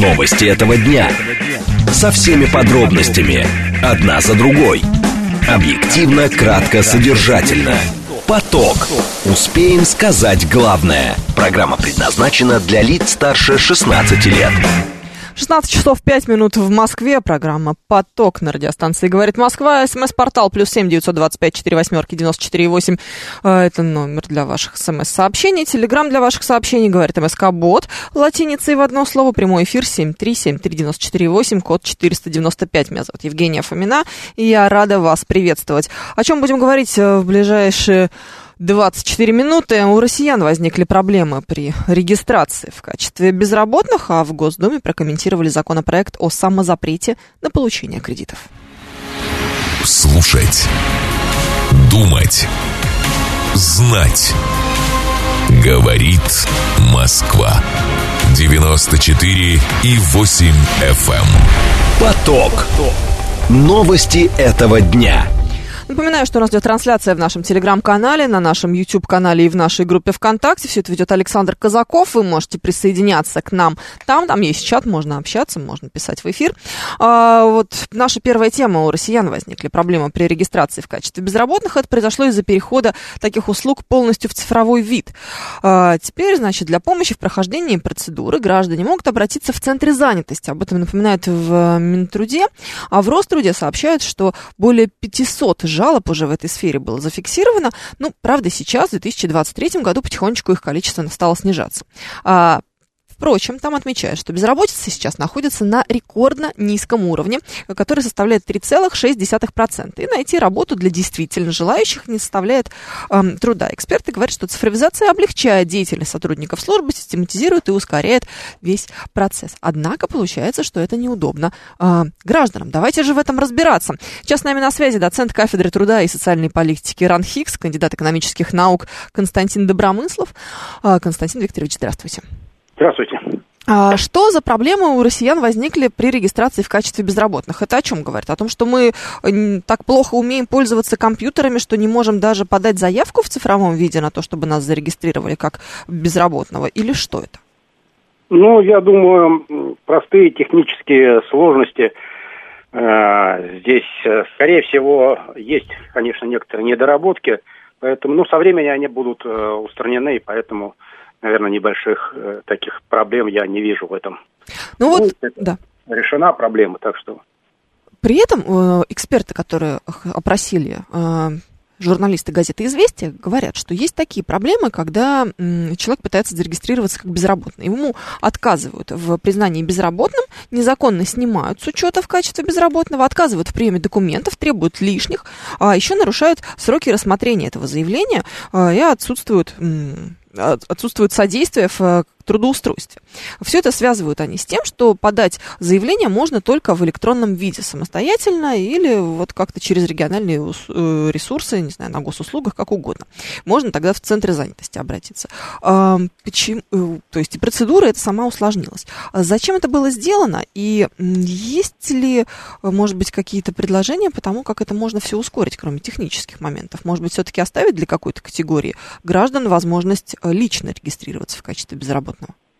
Новости этого дня. Со всеми подробностями. Одна за другой. Объективно, кратко, содержательно. Поток. Успеем сказать главное. Программа предназначена для лиц старше 16 лет. 16 часов 5 минут в Москве. Программа «Поток» на радиостанции «Говорит Москва». СМС-портал +7 925 48 94 8. Это номер для ваших СМС-сообщений. Телеграм для ваших сообщений «Говорит МСК-бот». Латиницей в одно слово. Прямой эфир 7373948, код 495. Меня зовут Евгения Фомина, и я рада вас приветствовать. О чем будем говорить в ближайшие 24 минуты. У россиян возникли проблемы при регистрации в качестве безработных, а в Госдуме прокомментировали законопроект о самозапрете на получение кредитов. Слушать, думать, знать. Говорит Москва. 94,8 FM. Поток. Новости этого дня. Напоминаю, что у нас идет трансляция в нашем телеграм-канале, на нашем YouTube-канале и в нашей группе ВКонтакте. Все это ведет Александр Казаков. Вы можете присоединяться к нам там. Там есть чат, можно общаться, можно писать в эфир. Вот наша первая тема. У россиян возникли проблемы при регистрации в качестве безработных. Это произошло из-за перехода таких услуг полностью в цифровой вид. Теперь, значит, для помощи в прохождении процедуры граждане могут обратиться в центре занятости. Об этом напоминают в Минтруде. А в Роструде сообщают, что более 500 жалоб уже в этой сфере было зафиксировано. Ну, правда, сейчас, в 2023 году, потихонечку их количество стало снижаться. Впрочем, там отмечают, что безработица сейчас находится на рекордно низком уровне, который составляет 3,6%. И найти работу для действительно желающих не составляет труда. Эксперты говорят, что цифровизация облегчает деятельность сотрудников службы, систематизирует и ускоряет весь процесс. Однако получается, что это неудобно гражданам. Давайте же в этом разбираться. Сейчас с нами на связи доцент кафедры труда и социальной политики РАН ХИКС, кандидат экономических наук Константин Добромыслов. Константин Викторович, здравствуйте. Здравствуйте. Что за проблемы у россиян возникли при регистрации в качестве безработных? Это о чем говорит? О том, что мы так плохо умеем пользоваться компьютерами, что не можем даже подать заявку в цифровом виде на то, чтобы нас зарегистрировали как безработного? Или что это? Ну, я думаю, простые технические сложности. Здесь, скорее всего, есть, конечно, некоторые недоработки. Поэтому, со временем они будут устранены, и поэтому... Наверное, небольших таких проблем я не вижу в этом. Да. Решена проблема, так что... При этом эксперты, которые опросили журналисты газеты «Известия», говорят, что есть такие проблемы, когда человек пытается зарегистрироваться как безработный. Ему отказывают в признании безработным, незаконно снимают с учета в качестве безработного, отказывают в приеме документов, требуют лишних, а еще нарушают сроки рассмотрения этого заявления и отсутствует содействие в трудоустройстве. Все это связывают они с тем, что подать заявление можно только в электронном виде самостоятельно или вот как-то через региональные ресурсы, не знаю, на госуслугах, как угодно. Можно тогда в центре занятости обратиться. Почему? То есть и процедура эта сама усложнилась. Зачем это было сделано? И есть ли, может быть, какие-то предложения по тому, как это можно все ускорить, кроме технических моментов? Может быть, все-таки оставить для какой-то категории граждан возможность лично регистрироваться в качестве безработного?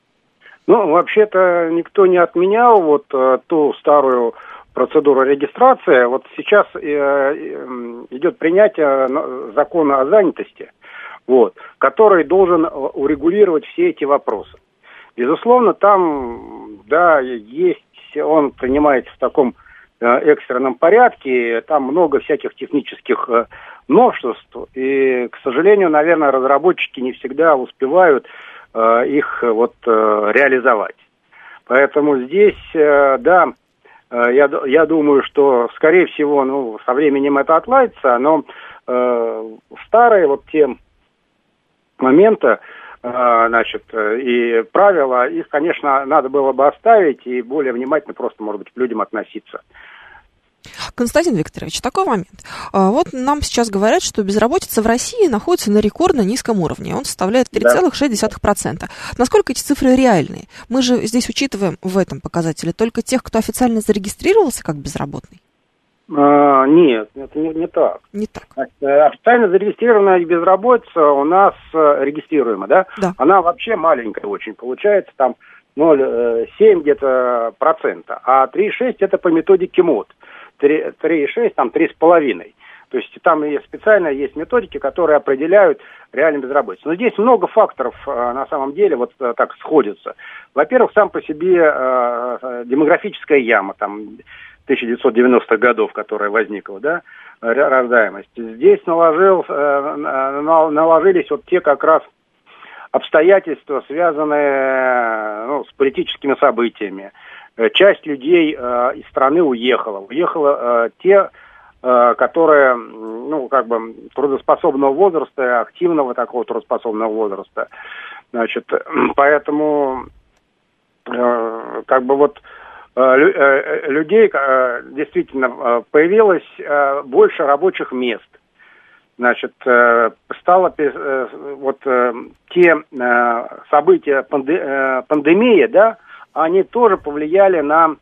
Вообще-то никто не отменял ту старую процедуру регистрации. Вот сейчас идет принятие закона о занятости, который должен урегулировать все эти вопросы. Безусловно, там, да, он принимается в таком экстренном порядке, там много всяких технических новшеств, и, к сожалению, наверное, разработчики не всегда успевают их реализовать. Поэтому здесь, да, я думаю, что, скорее всего, со временем это отладится, но старые те моменты, и правила, их, конечно, надо было бы оставить и более внимательно просто, может быть, к людям относиться. Константин Викторович, такой момент. Вот нам сейчас говорят, что безработица в России находится на рекордно низком уровне. Он составляет 3,6%. Насколько эти цифры реальные? Мы же здесь учитываем в этом показателе только тех, кто официально зарегистрировался как безработный? Нет, это не так. Не так. Официально зарегистрированная безработица у нас регистрируема, да? Да. Она вообще маленькая очень. Получается там 0,7 где-то процента, а 3,6 это по методике МОД. 3,6, там 3,5. То есть там и специально есть методики, которые определяют реальную безработицу. Но здесь много факторов на самом деле вот так сходятся. Во-первых, сам по себе демографическая яма, там 1990-х годов, которая возникла, да, рождаемость. Здесь наложились вот те как раз обстоятельства, связанные с политическими событиями. Часть людей из страны уехала. Те, которые, трудоспособного возраста, активного такого трудоспособного возраста. Значит, поэтому, людей действительно появилось больше рабочих мест. Значит, стало те события пандемии, да, они тоже повлияли на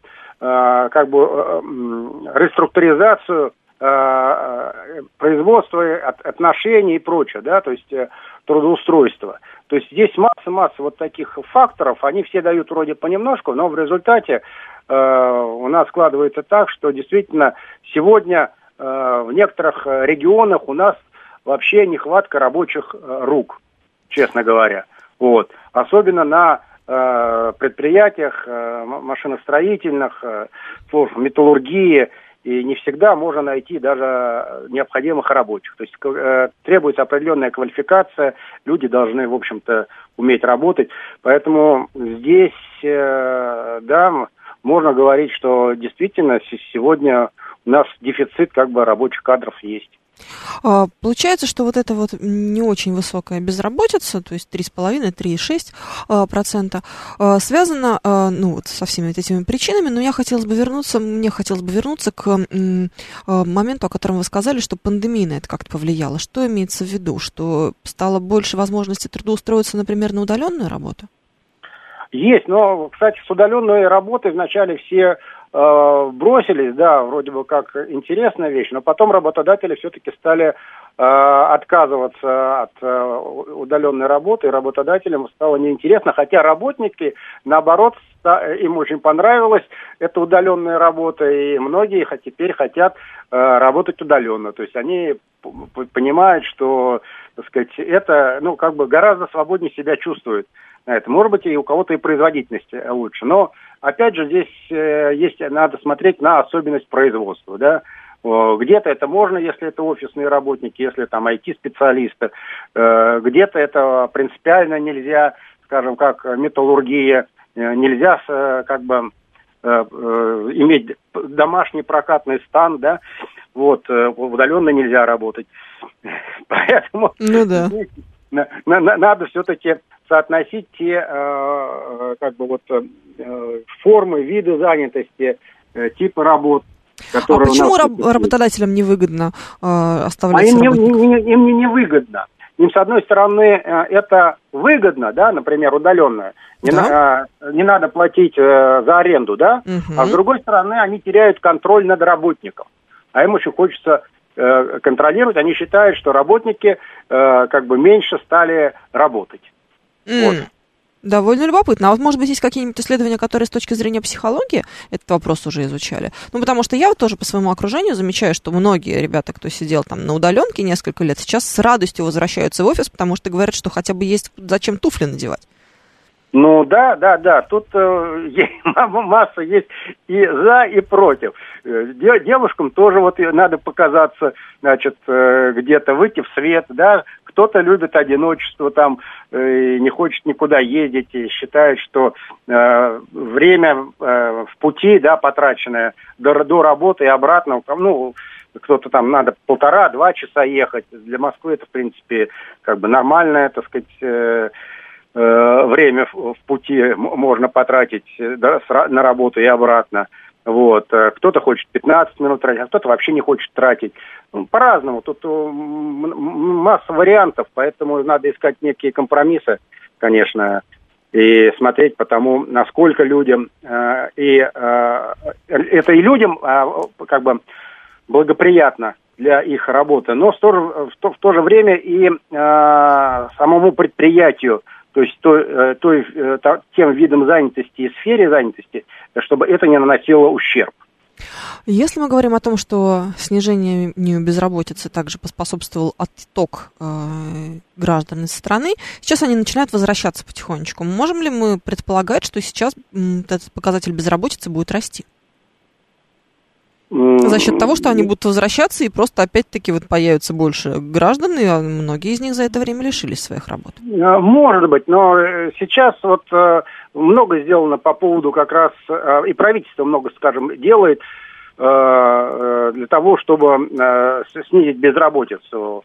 реструктуризацию производства, отношений и прочее, да, то есть трудоустройства. То есть здесь масса вот таких факторов, они все дают вроде понемножку, но в результате у нас складывается так, что действительно сегодня в некоторых регионах у нас вообще нехватка рабочих рук, честно говоря. Вот. Особенно на предприятиях машиностроительных, служб металлургии, и не всегда можно найти даже необходимых рабочих. То есть требуется определенная квалификация, люди должны, в общем-то, уметь работать. Поэтому здесь, да, можно говорить, что действительно сегодня у нас дефицит рабочих кадров есть. Получается, что вот эта вот не очень высокая безработица, то есть 3,5-3,6%, связана со всеми этими причинами, но мне хотелось бы вернуться к моменту, о котором вы сказали, что пандемия на это как-то повлияла. Что имеется в виду? Что стало больше возможностей трудоустроиться, например, на удаленную работу? Есть, но, кстати, с удаленной работой вначале все бросились, да, вроде бы как интересная вещь, но потом работодатели все-таки стали отказываться от удаленной работы, и работодателям стало неинтересно, хотя работники, наоборот, им очень понравилась эта удаленная работа, и многие теперь хотят работать удаленно, то есть они понимают, что, так сказать, это, гораздо свободнее себя чувствуют. Это, может быть, и у кого-то и производительность лучше, но опять же, здесь надо смотреть на особенность производства, да. Где-то это можно, если это офисные работники, если там IT-специалисты. Где-то это принципиально нельзя, скажем, как металлургия. Нельзя иметь домашний прокатный стан, да. Вот, удаленно нельзя работать. Поэтому надо все-таки соотносить те формы, виды занятости, типы работ, которые почему работодателям невыгодно оставлять работников? Им не выгодно. Им, с одной стороны, это выгодно, да, например, удаленно. Не надо платить за аренду, да, а с другой стороны, они теряют контроль над работником. А им очень хочется контролировать. Они считают, что работники меньше стали работать. Вот. Довольно любопытно. А вот, может быть, есть какие-нибудь исследования, которые с точки зрения психологии этот вопрос уже изучали? Потому что я тоже по своему окружению замечаю, что многие ребята, кто сидел там на удаленке несколько лет, сейчас с радостью возвращаются в офис, потому что говорят, что хотя бы есть зачем туфли надевать. Да. Тут масса есть и за, и против. Девушкам тоже надо показаться, где-то выйти в свет, да. Кто-то любит одиночество, там, не хочет никуда ездить и считает, что время в пути, да, потраченное до работы и обратно, кто-то там надо 1,5-2 часа ехать. Для Москвы это, в принципе, нормальное, так сказать, время в пути можно потратить на работу и обратно. Вот. Кто-то хочет 15 минут тратить, а кто-то вообще не хочет тратить. По-разному. Тут масса вариантов, поэтому надо искать некие компромиссы, конечно, и смотреть по тому, насколько людям, это и людям благоприятно для их работы, но в то же время и самому предприятию то есть тем видом занятости и сфере занятости, чтобы это не наносило ущерб. Если мы говорим о том, что снижению безработицы также поспособствовал отток граждан из страны, сейчас они начинают возвращаться потихонечку. Можем ли мы предполагать, что сейчас этот показатель безработицы будет расти? За счет того, что они будут возвращаться, и просто опять-таки вот появится больше граждан, и многие из них за это время лишились своих работ. Может быть, но сейчас вот много сделано по поводу как раз, и правительство много, скажем, делает для того, чтобы снизить безработицу.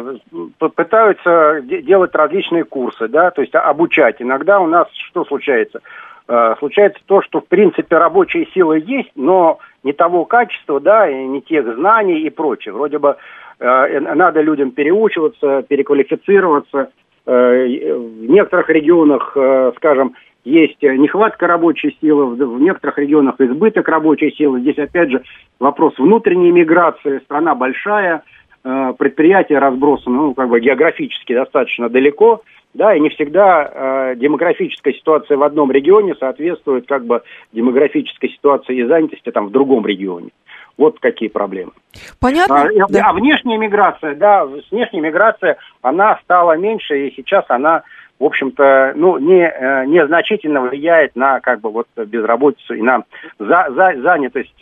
Пытаются делать различные курсы, да, то есть обучать. Иногда у нас что случается? Случается то, что в принципе рабочая сила есть, но не того качества, да, и не тех знаний и прочее. Вроде бы надо людям переучиваться, переквалифицироваться. В некоторых регионах, скажем, есть нехватка рабочей силы, в некоторых регионах избыток рабочей силы. Здесь опять же вопрос внутренней миграции. Страна большая, предприятия разбросаны, географически достаточно далеко. Да, и не всегда демографическая ситуация в одном регионе соответствует демографической ситуации и занятости там в другом регионе. Вот какие проблемы. Понятно. А внешняя миграция, внешняя миграция, она стала меньше, и сейчас она, в общем-то, незначительно влияет на безработицу и на занятость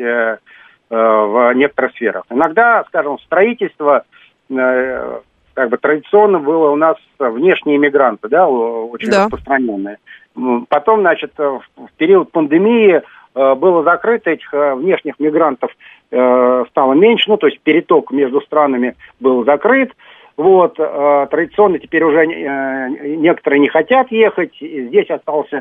в некоторых сферах. Иногда, скажем, строительство традиционно было у нас внешние мигранты, очень распространенные. Потом, в период пандемии было закрыто, этих внешних мигрантов стало меньше, то есть переток между странами был закрыт. Традиционно теперь уже некоторые не хотят ехать, и здесь остался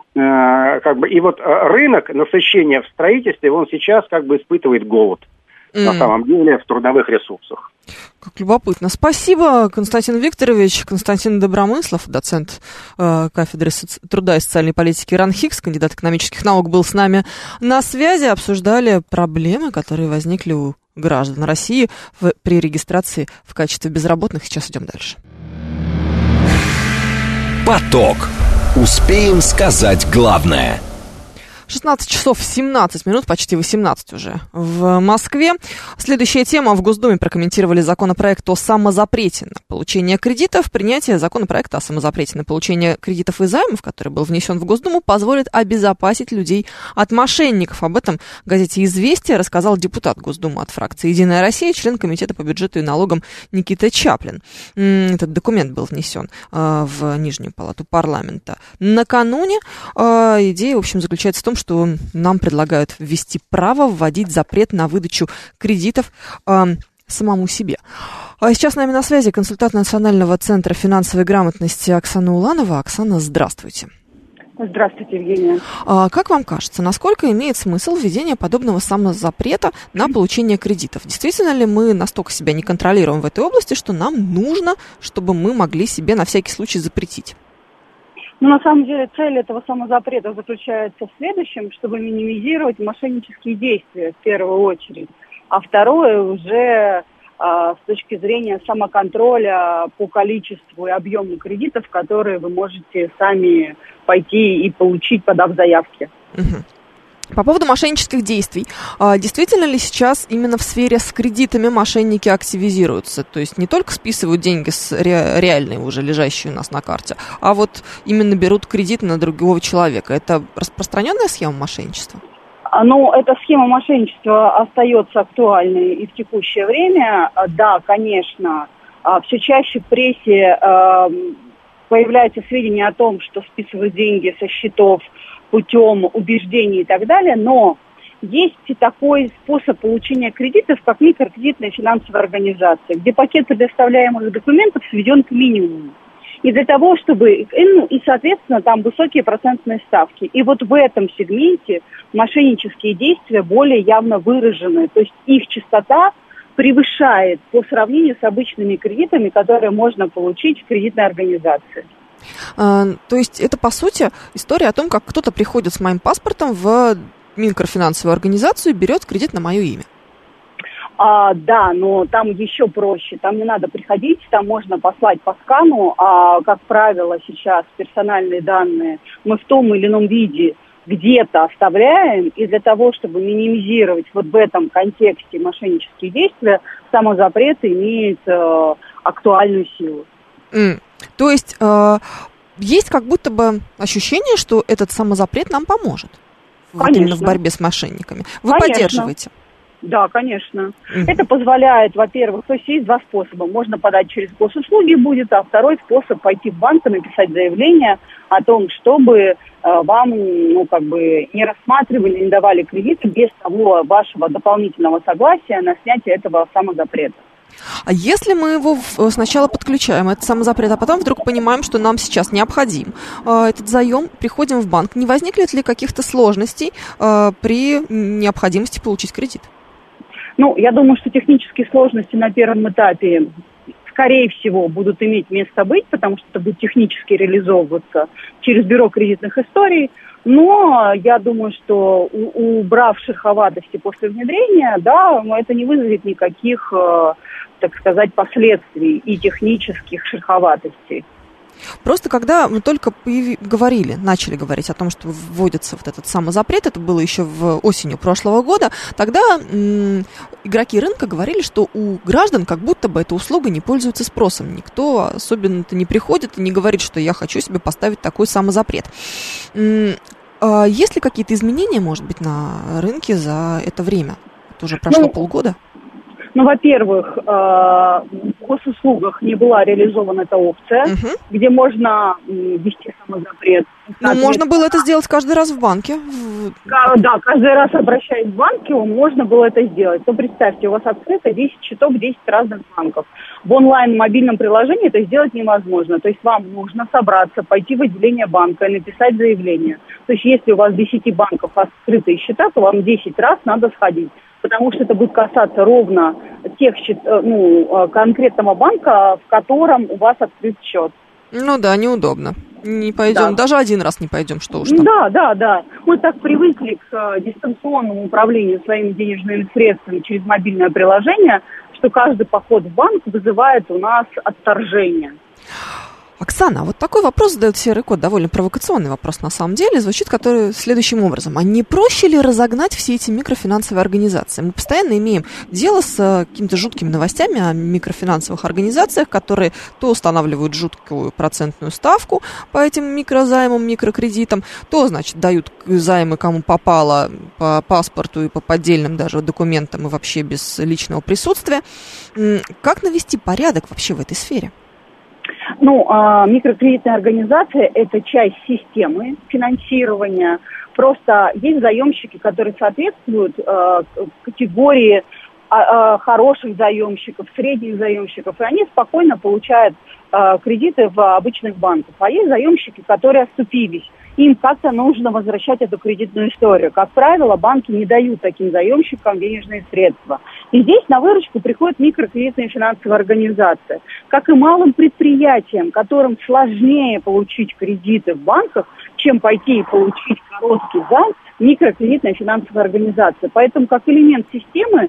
и вот рынок насыщения в строительстве, он сейчас испытывает голод. На самом деле в трудовых ресурсах. Как любопытно. Спасибо, Константин Викторович. Константин Добромыслов, доцент кафедры труда и социальной политики РАНХИКС, кандидат экономических наук, был с нами на связи. Обсуждали проблемы, которые возникли у граждан России при регистрации в качестве безработных. Сейчас идем дальше. Поток. Успеем сказать главное. 16 часов 17 минут, почти 18 уже в Москве. Следующая тема. В Госдуме прокомментировали законопроект о самозапрете на получение кредитов. Принятие законопроекта о самозапрете на получение кредитов и займов, который был внесен в Госдуму, позволит обезопасить людей от мошенников. Об этом в газете «Известия» рассказал депутат Госдумы от фракции «Единая Россия», член Комитета по бюджету и налогам Никита Чаплин. Этот документ был внесен в Нижнюю палату парламента накануне. Идея, в общем, заключается в том, что нам предлагают ввести право вводить запрет на выдачу кредитов самому себе. Сейчас с нами на связи консультант Национального центра финансовой грамотности Оксана Уланова. Оксана, здравствуйте. Здравствуйте, Евгения. Как вам кажется, насколько имеет смысл введение подобного самозапрета на получение кредитов? Действительно ли мы настолько себя не контролируем в этой области, что нам нужно, чтобы мы могли себе на всякий случай запретить? На самом деле цель этого самозапрета заключается в следующем, чтобы минимизировать мошеннические действия в первую очередь. А второе уже с точки зрения самоконтроля по количеству и объему кредитов, которые вы можете сами пойти и получить, подав заявки. Угу. По поводу мошеннических действий. Действительно ли сейчас именно в сфере с кредитами мошенники активизируются? То есть не только списывают деньги с реальные, уже лежащие у нас на карте, а вот именно берут кредит на другого человека. Это распространенная схема мошенничества? Эта схема мошенничества остается актуальной и в текущее время. Да, конечно, все чаще в прессе появляются сведения о том, что списывают деньги со счетов путем убеждений и так далее, но есть и такой способ получения кредитов, как микрокредитная финансовая организация, где пакет предоставляемых документов сведен к минимуму. И для того, чтобы, и, соответственно, там высокие процентные ставки. И вот в этом сегменте мошеннические действия более явно выражены. То есть их частота превышает по сравнению с обычными кредитами, которые можно получить в кредитной организации. То есть это, по сути, история о том, как кто-то приходит с моим паспортом в микрофинансовую организацию и берет кредит на мое имя. Да, но там еще проще. Там не надо приходить, там можно послать по скану. Как правило, сейчас персональные данные мы в том или ином виде где-то оставляем. И для того, чтобы минимизировать вот в этом контексте мошеннические действия, самозапрет имеет актуальную силу. То есть есть как будто бы ощущение, что этот самозапрет нам поможет вот именно в борьбе с мошенниками. Вы поддерживаете? Да, конечно. Это позволяет, во-первых, то есть два способа. Можно подать через госуслуги будет, а второй способ пойти в банк и написать заявление о том, чтобы вам, не рассматривали, не давали кредиты без того вашего дополнительного согласия на снятие этого самозапрета. А если мы его сначала подключаем, этот самозапрет, а потом вдруг понимаем, что нам сейчас необходим этот заем, приходим в банк, не возникнет ли каких-то сложностей при необходимости получить кредит? Я думаю, что технические сложности на первом этапе, скорее всего, будут иметь место быть, потому что это будет технически реализовываться через бюро кредитных историй. Но я думаю, что убрав шероховатости после внедрения, это не вызовет никаких, так сказать, последствий и технических шероховатостей. Просто когда мы только начали говорить о том, что вводится вот этот самозапрет, это было еще осенью прошлого года, тогда игроки рынка говорили, что у граждан как будто бы эта услуга не пользуется спросом. Никто особенно-то не приходит и не говорит, что я хочу себе поставить такой самозапрет. Есть ли какие-то изменения, может быть, на рынке за это время? Это уже прошло полгода. Во-первых, в госуслугах не была реализована эта опция, где можно ввести самозапрет. Можно было это сделать каждый раз в банке. Да, каждый раз, обращаясь в банки, можно было это сделать. Представьте, у вас открыто 10 счетов, 10 разных банков. В онлайн-мобильном приложении это сделать невозможно. То есть вам нужно собраться, пойти в отделение банка и написать заявление. То есть если у вас в 10 банков открытые счета, то вам 10 раз надо сходить. Потому что это будет касаться ровно тех конкретного банка, в котором у вас открыт счет. Неудобно. Не пойдем, даже один раз не пойдем, что уж там. Да. Мы так привыкли к дистанционному управлению своими денежными средствами через мобильное приложение, что каждый поход в банк вызывает у нас отторжение. Оксана, вот такой вопрос задает серый кот, довольно провокационный вопрос на самом деле, звучит который следующим образом. А не проще ли разогнать все эти микрофинансовые организации? Мы постоянно имеем дело с какими-то жуткими новостями о микрофинансовых организациях, которые то устанавливают жуткую процентную ставку по этим микрозаймам, микрокредитам, то, дают займы кому попало по паспорту и по поддельным даже документам и вообще без личного присутствия. Как навести порядок вообще в этой сфере? Микрокредитная организация – это часть системы финансирования. Просто есть заемщики, которые соответствуют категории хороших заемщиков, средних заемщиков, и они спокойно получают кредиты в обычных банках. А есть заемщики, которые оступились. Им как-то нужно возвращать эту кредитную историю. Как правило, банки не дают таким заемщикам денежные средства. И здесь на выручку приходит микрокредитная финансовая организация. Как и малым предприятиям, которым сложнее получить кредиты в банках, чем пойти и получить короткий займ, микрокредитная финансовая организация. Поэтому как элемент системы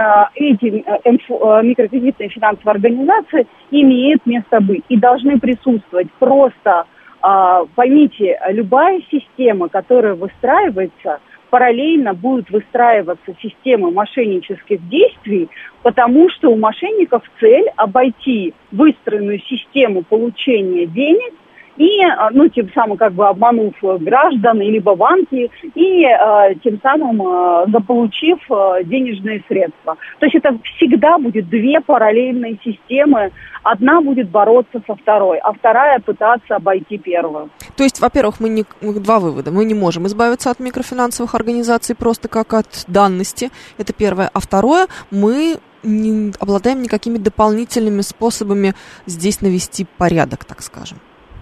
эти микрокредитные финансовые организации имеют место быть и должны присутствовать. Просто поймите, любая система, которая выстраивается, параллельно будет выстраиваться система мошеннических действий, потому что у мошенников цель обойти выстроенную систему получения денег и, тем самым обманув граждан, либо банки, и тем самым заполучив денежные средства. То есть это всегда будет две параллельные системы. Одна будет бороться со второй, а вторая пытаться обойти первую. То есть, во-первых, два вывода. Мы не можем избавиться от микрофинансовых организаций просто как от данности. Это первое. А второе, мы не обладаем никакими дополнительными способами здесь навести порядок, так скажем.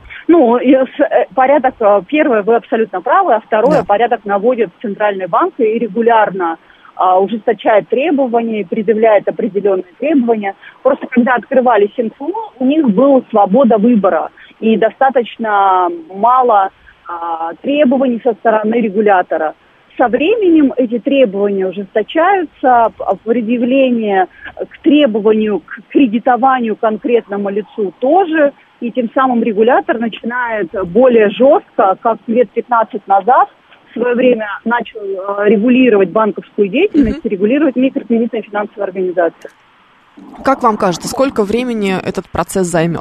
Порядок, первое, вы абсолютно правы, а второе, порядок наводит Центральный банк и регулярно ужесточает требования и предъявляет определенные требования. Просто когда открывались инфо, у них была свобода выбора и достаточно мало требований со стороны регулятора. Со временем эти требования ужесточаются, предъявление к требованию, к кредитованию конкретному лицу тоже, и тем самым регулятор начинает более жестко, как лет 15 назад, в свое время начал регулировать банковскую деятельность, регулировать микрокредитные финансовые организации. Как вам кажется, сколько времени этот процесс займет?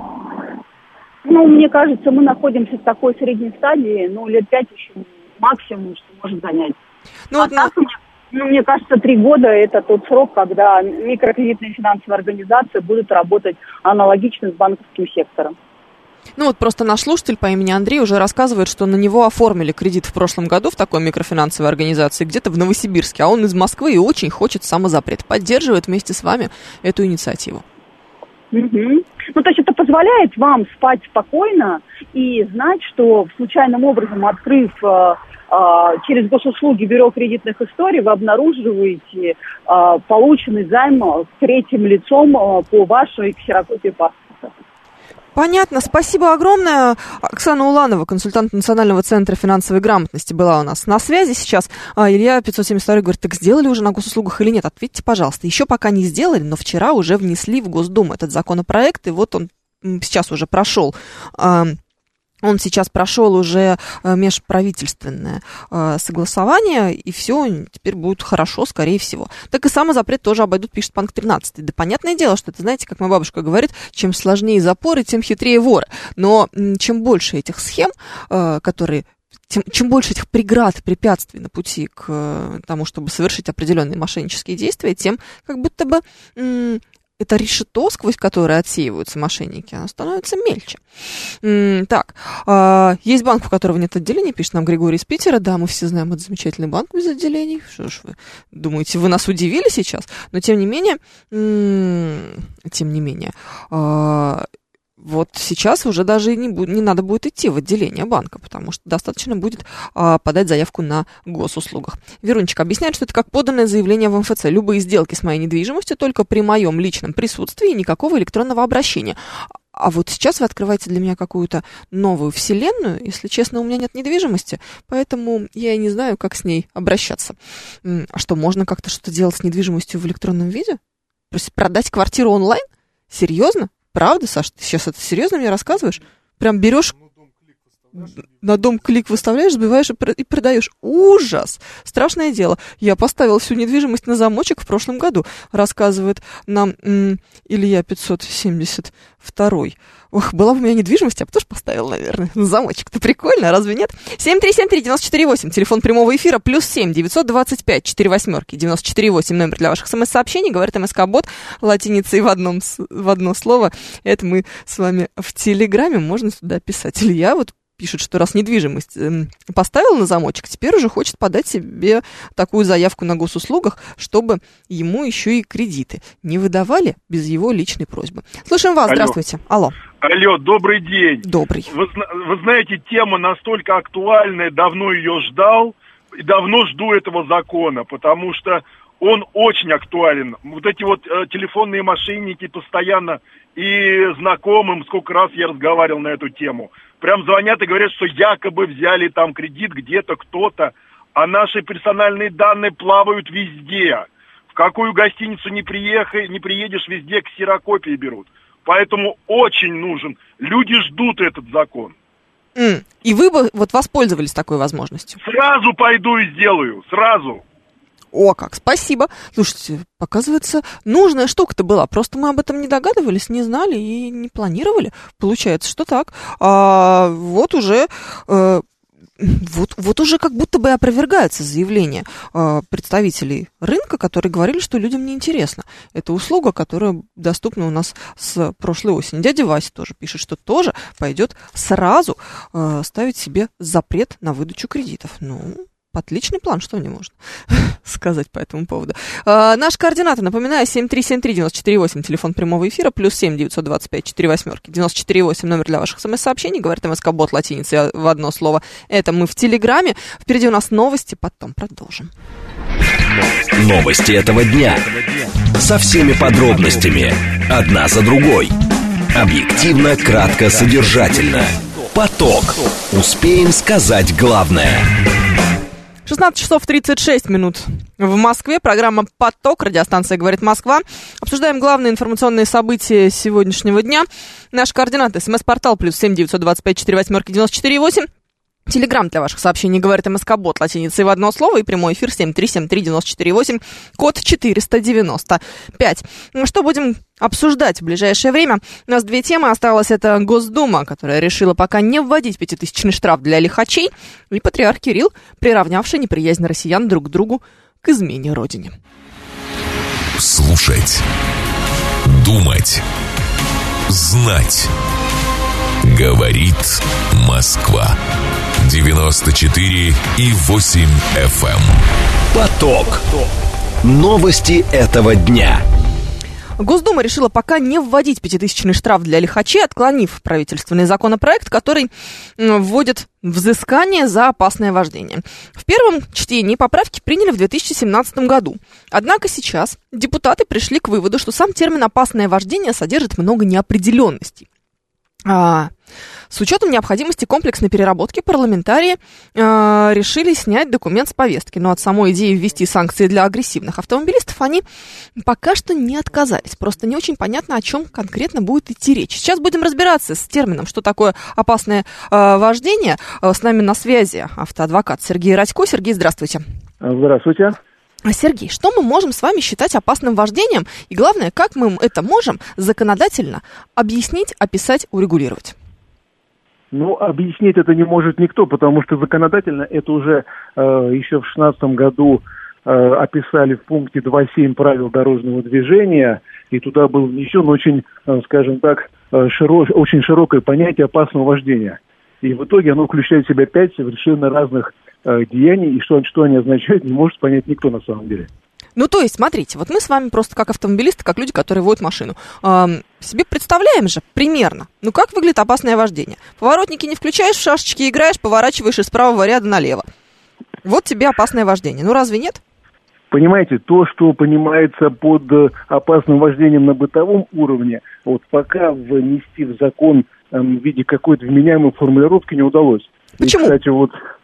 Мне кажется, мы находимся в такой средней стадии, лет 5 еще максимум, что может занять. Мне кажется, 3 года – это тот срок, когда микрокредитные финансовые организации будут работать аналогично с банковским сектором. Просто наш слушатель по имени Андрей уже рассказывает, что на него оформили кредит в прошлом году в такой микрофинансовой организации где-то в Новосибирске, а он из Москвы и очень хочет самозапрет. Поддерживает вместе с вами эту инициативу. То есть это позволяет вам спать спокойно и знать, что случайным образом, открыв через госуслуги бюро кредитных историй, вы обнаруживаете полученный займ третьим лицом по вашей ксерокопии паспорта. Понятно, спасибо огромное. Оксана Уланова, консультант Национального центра финансовой грамотности, была у нас на связи сейчас. Илья 572 говорит, так сделали уже на госуслугах или нет? Ответьте, пожалуйста. Еще пока не сделали, но вчера уже внесли в Госдуму этот законопроект, и вот он сейчас уже прошел. Он сейчас прошел уже межправительственное согласование, и все теперь будет хорошо, скорее всего. Так и самозапрет тоже обойдут, пишет Панк 13. Да понятное дело, что это, знаете, как моя бабушка говорит, чем сложнее запоры, тем хитрее воры. Но чем больше этих схем, чем больше этих преград, препятствий на пути к тому, чтобы совершить определенные мошеннические действия, тем как будто бы это решето, сквозь которое отсеиваются мошенники, оно становится мельче. Так, есть банк, у которого нет отделений, пишет нам Григорий из Питера. Да, мы все знаем, это замечательный банк без отделений. Что ж вы думаете, вы нас удивили сейчас? Но тем не менее, вот сейчас уже даже не надо будет идти в отделение банка, потому что достаточно будет подать заявку на госуслугах. Верунчик объясняет, что это как поданное заявление в МФЦ. Любые сделки с моей недвижимостью только при моем личном присутствии и никакого электронного обращения. А вот сейчас вы открываете для меня какую-то новую вселенную. Если честно, у меня нет недвижимости, поэтому я и не знаю, как с ней обращаться. А что, можно как-то что-то делать с недвижимостью в электронном виде? То есть продать квартиру онлайн? Серьезно? Правда, Саш, ты сейчас это серьезно мне рассказываешь? Прям берешь, на дом клик выставляешь, сбиваешь и продаешь. Ужас! Страшное дело. Я поставил всю недвижимость на замочек в прошлом году, рассказывает нам Илья 572. Ох, была бы у меня недвижимость, я бы тоже поставила, наверное, на замочек-то прикольно, разве нет? 7373948, телефон прямого эфира, +7 925 48 948, номер для ваших смс-сообщений, говорит МСК-бот, латиницей в одно слово. Это мы с вами в Телеграме, можно сюда писать. Илья вот пишет, что раз недвижимость поставил на замочек, теперь уже хочет подать себе такую заявку на госуслугах, чтобы ему еще и кредиты не выдавали без его личной просьбы. Слушаем вас, здравствуйте. Алло. Алло, добрый день. Добрый. Вы знаете, тема настолько актуальная, давно ее ждал, и давно жду этого закона, потому что он очень актуален. Вот эти вот телефонные мошенники постоянно, и знакомым, сколько раз я разговаривал на эту тему, прям звонят и говорят, что якобы взяли там кредит где-то кто-то, а наши персональные данные плавают везде. В какую гостиницу не приедешь, везде ксерокопии берут. Поэтому очень нужен. Люди ждут этот закон. И вы бы вот воспользовались такой возможностью? Сразу пойду и сделаю, сразу. О, как, спасибо. Слушайте, оказывается, нужная штука-то была. Просто мы об этом не догадывались, не знали и не планировали. Получается, что так. Вот уже как будто бы опровергаются заявления представителей рынка, которые говорили, что людям неинтересно. Это услуга, которая доступна у нас с прошлой осени. Дядя Вася тоже пишет, что тоже пойдет сразу ставить себе запрет на выдачу кредитов. Отличный план, что мне можно сказать по этому поводу. Наши координаты, напоминаю, 7373948, телефон прямого эфира, +7 925 48 948, номер для ваших смс-сообщений, говорит МСК-бот латиницей в одно слово. Это мы в Телеграме. Впереди у нас новости, потом продолжим. Новости этого дня. Со всеми подробностями. Одна за другой. Объективно, кратко, содержательно. Поток. Успеем сказать главное. 16 часов 36 минут в Москве. Программа «Поток», радиостанция «Говорит Москва». Обсуждаем главные информационные события сегодняшнего дня. Наши координаты: СМС-портал +7 925 48 94 8. Телеграм для ваших сообщений «Говорит МСК-бот» латиницей в одно слово, и прямой эфир 7373948, код 495. Что будем обсуждать в ближайшее время? У нас две темы осталось. Это Госдума, которая решила пока не вводить 5000-ный штраф для лихачей, и патриарх Кирилл, приравнявший неприязнь россиян друг к другу к измене родине. Слушать, думать, знать. Говорит Москва. 94,8 FM. Поток. Новости этого дня. Госдума решила пока не вводить 5000-ный штраф для лихачей, отклонив правительственный законопроект, который вводит взыскание за опасное вождение. В первом чтении поправки приняли в 2017 году. Однако сейчас депутаты пришли к выводу, что сам термин «опасное вождение» содержит много неопределенностей. С учетом необходимости комплексной переработки парламентарии решили снять документ с повестки. Но от самой идеи ввести санкции для агрессивных автомобилистов они пока что не отказались. Просто не очень понятно, о чем конкретно будет идти речь. Сейчас будем разбираться с термином, что такое опасное вождение. С нами на связи автоадвокат Сергей Радько. Сергей, здравствуйте. Здравствуйте. Сергей, что мы можем с вами считать опасным вождением? И главное, как мы это можем законодательно объяснить, описать, урегулировать? Объяснить это не может никто, потому что законодательно это уже еще в 2016 году описали в пункте 2.7 правил дорожного движения, и туда был внесен очень, скажем так, очень широкое понятие опасного вождения. И в итоге оно включает в себя 5 совершенно разных деяний, и что они означают, не может понять никто на самом деле. То есть, смотрите, вот мы с вами просто как автомобилисты, как люди, которые водят машину, себе представляем же примерно, как выглядит опасное вождение. Поворотники не включаешь, в шашечки играешь, поворачиваешь из правого ряда налево. Вот тебе опасное вождение. Разве нет? Понимаете, то, что понимается под опасным вождением на бытовом уровне, пока внести в закон в виде какой-то вменяемой формулировки не удалось. Почему? И, кстати,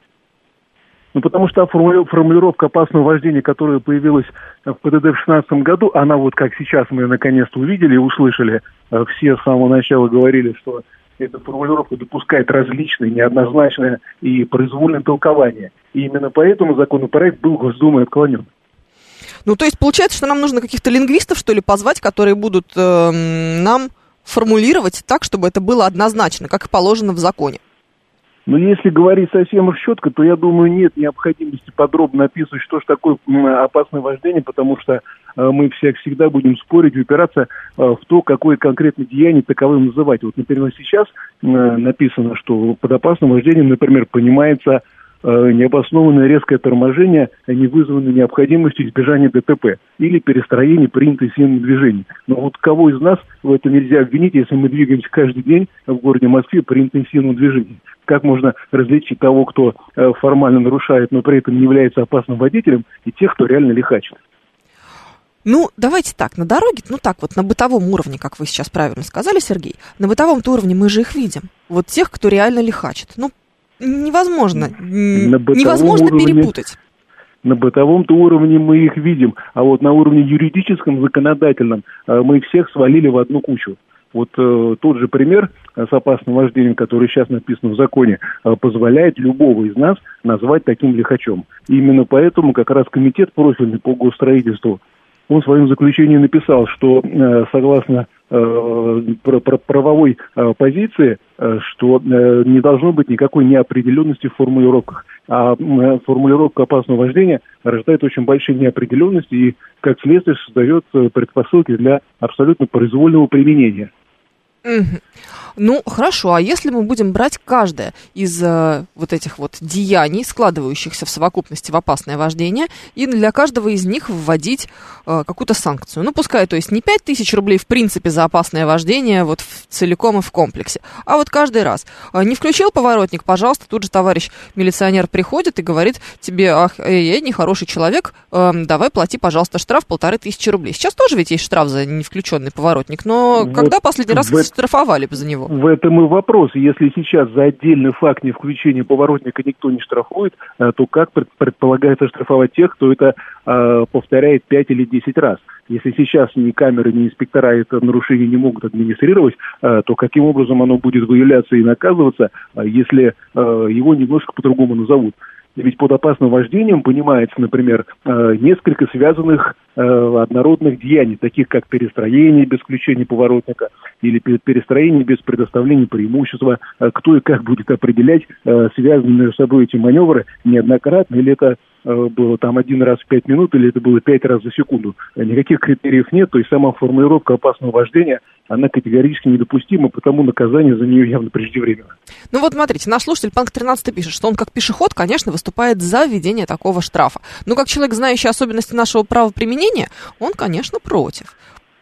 потому что формулировка опасного вождения, которая появилась в ПДД в 2016 году, она как сейчас мы наконец-то увидели и услышали, все с самого начала говорили, что эта формулировка допускает различные, неоднозначное и произвольное толкование. И именно поэтому законопроект был Госдумой отклонен. То есть получается, что нам нужно каких-то лингвистов, что ли, позвать, которые будут нам формулировать так, чтобы это было однозначно, как и положено в законе. Если говорить совсем уж четко, то, я думаю, нет необходимости подробно описывать, что же такое опасное вождение, потому что мы всегда будем спорить, упираться в то, какое конкретное деяние таковым называть. Например, сейчас написано, что под опасным вождением, например, понимается необоснованное резкое торможение, не вызванное необходимостью избежания ДТП или перестроения при интенсивном движении. Но кого из нас в это нельзя обвинить, если мы двигаемся каждый день в городе Москве при интенсивном движении? Как можно различить того, кто формально нарушает, но при этом не является опасным водителем, и тех, кто реально лихачит? Давайте так, на дороге, на бытовом уровне, как вы сейчас правильно сказали, Сергей, на бытовом-то уровне мы же их видим. Тех, кто реально лихачит. Невозможно перепутать. На бытовом-то уровне мы их видим, а на уровне юридическом, законодательном мы их всех свалили в одну кучу. Тот же пример с опасным вождением, который сейчас написан в законе, позволяет любого из нас назвать таким лихачом. И именно поэтому как раз комитет профильный по госстроительству, он в своем заключении написал, что согласно правовой позиции, что не должно быть никакой неопределенности в формулировках. А формулировка опасного вождения рождает очень большие неопределенности и, как следствие, создает предпосылки для абсолютно произвольного применения. Хорошо, а если мы будем брать каждое из этих деяний, складывающихся в совокупности в опасное вождение, и для каждого из них вводить какую-то санкцию? Пускай, то есть не 5000 рублей в принципе за опасное вождение целиком и в комплексе, а каждый раз. Не включил поворотник, пожалуйста, тут же товарищ милиционер приходит и говорит тебе: я нехороший человек, давай плати, пожалуйста, штраф 1500 рублей. Сейчас тоже ведь есть штраф за невключенный поворотник, но когда последний раз штрафовали бы за него. В этом и вопрос. Если сейчас за отдельный факт невключения поворотника никто не штрафует, то как предполагается штрафовать тех, кто это повторяет 5 или 10 раз? Если сейчас ни камеры, ни инспектора это нарушение не могут администрировать, то каким образом оно будет выявляться и наказываться, если его немножко по-другому назовут? Ведь под опасным вождением понимается, например, несколько связанных однородных деяний, таких как перестроение без включения поворотника или перестроение без предоставления преимущества. Кто и как будет определять, связанные между собой эти маневры неоднократно, или это было там 1 раз в 5 минут, или это было 5 раз за секунду. Никаких критериев нет, то есть сама формулировка опасного вождения, она категорически недопустима, потому наказание за нее явно преждевременно. Ну вот смотрите, наш слушатель Панк 13 пишет, что он как пешеход, конечно, выступает за введение такого штрафа. Но как человек, знающий особенности нашего правоприменения, он, конечно, против.